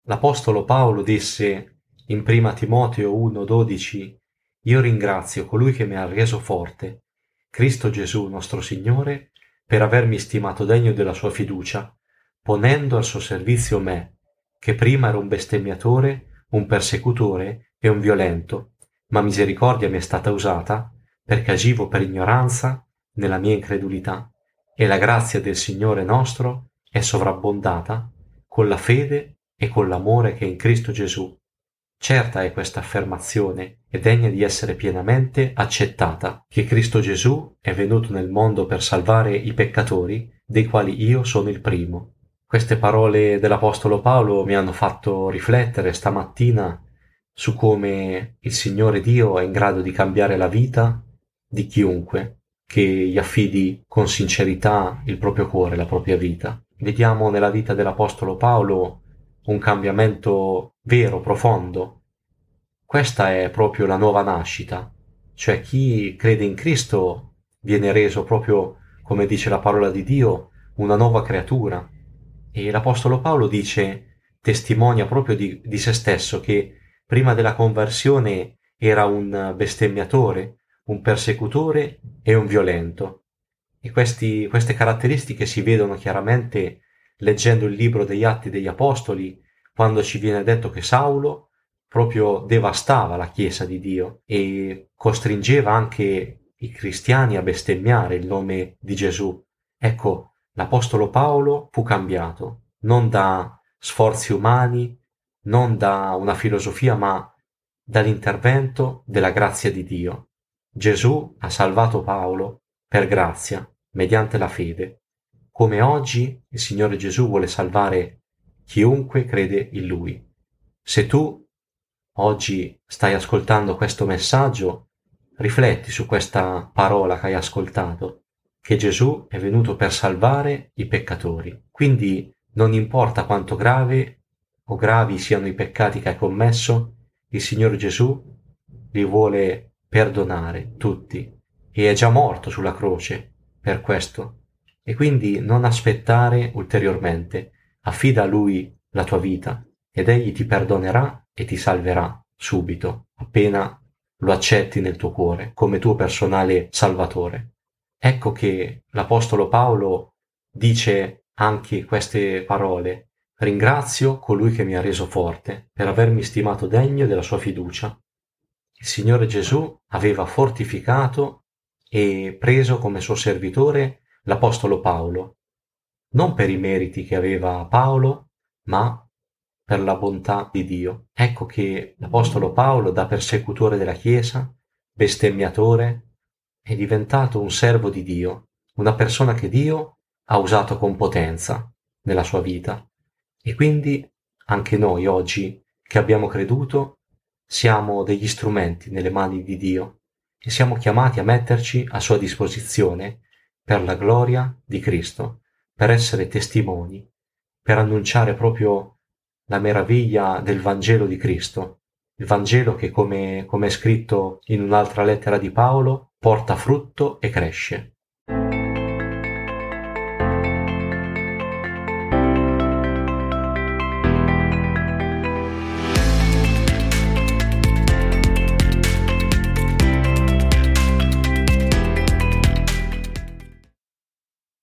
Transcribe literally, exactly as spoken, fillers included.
L'Apostolo Paolo disse in prima Timoteo uno dodici: Io ringrazio colui che mi ha reso forte, Cristo Gesù nostro Signore, per avermi stimato degno della sua fiducia, ponendo al suo servizio me, che prima ero un bestemmiatore, un persecutore e un violento, ma misericordia mi è stata usata, perché agivo per ignoranza nella mia incredulità, e la grazia del Signore nostro è sovrabbondata con la fede e con l'amore che è in Cristo Gesù. Certa è questa affermazione e degna di essere pienamente accettata, che Cristo Gesù è venuto nel mondo per salvare i peccatori, dei quali io sono il primo. Queste parole dell'Apostolo Paolo mi hanno fatto riflettere stamattina su come il Signore Dio è in grado di cambiare la vita di chiunque che gli affidi con sincerità il proprio cuore, la propria vita. Vediamo nella vita dell'Apostolo Paolo un cambiamento vero, profondo. Questa è proprio la nuova nascita, cioè chi crede in Cristo viene reso proprio, come dice la parola di Dio, una nuova creatura. E l'Apostolo Paolo dice, testimonia proprio di, di se stesso, che prima della conversione era un bestemmiatore, un persecutore e un violento. E questi, queste caratteristiche si vedono chiaramente leggendo il libro degli Atti degli Apostoli, quando ci viene detto che Saulo proprio devastava la Chiesa di Dio e costringeva anche i cristiani a bestemmiare il nome di Gesù. Ecco, l'Apostolo Paolo fu cambiato, non da sforzi umani, non da una filosofia, ma dall'intervento della grazia di Dio. Gesù ha salvato Paolo per grazia, mediante la fede, come oggi il Signore Gesù vuole salvare chiunque crede in Lui. Se tu oggi stai ascoltando questo messaggio, rifletti su questa parola che hai ascoltato, che Gesù è venuto per salvare i peccatori. Quindi non importa quanto grave o gravi siano i peccati che hai commesso, il Signore Gesù li vuole perdonare tutti e è già morto sulla croce per questo. E quindi non aspettare ulteriormente, affida a Lui la tua vita ed Egli ti perdonerà e ti salverà subito, appena lo accetti nel tuo cuore come tuo personale Salvatore. Ecco che l'Apostolo Paolo dice anche queste parole: ringrazio colui che mi ha reso forte per avermi stimato degno della sua fiducia. Il Signore Gesù aveva fortificato e preso come suo servitore l'Apostolo Paolo, non per i meriti che aveva Paolo, ma per la bontà di Dio. Ecco che l'Apostolo Paolo, da persecutore della Chiesa, bestemmiatore, è diventato un servo di Dio, una persona che Dio ha usato con potenza nella sua vita. E quindi anche noi oggi che abbiamo creduto siamo degli strumenti nelle mani di Dio e siamo chiamati a metterci a sua disposizione per la gloria di Cristo, per essere testimoni, per annunciare proprio la meraviglia del Vangelo di Cristo, il Vangelo che, come, come è scritto in un'altra lettera di Paolo, porta frutto e cresce.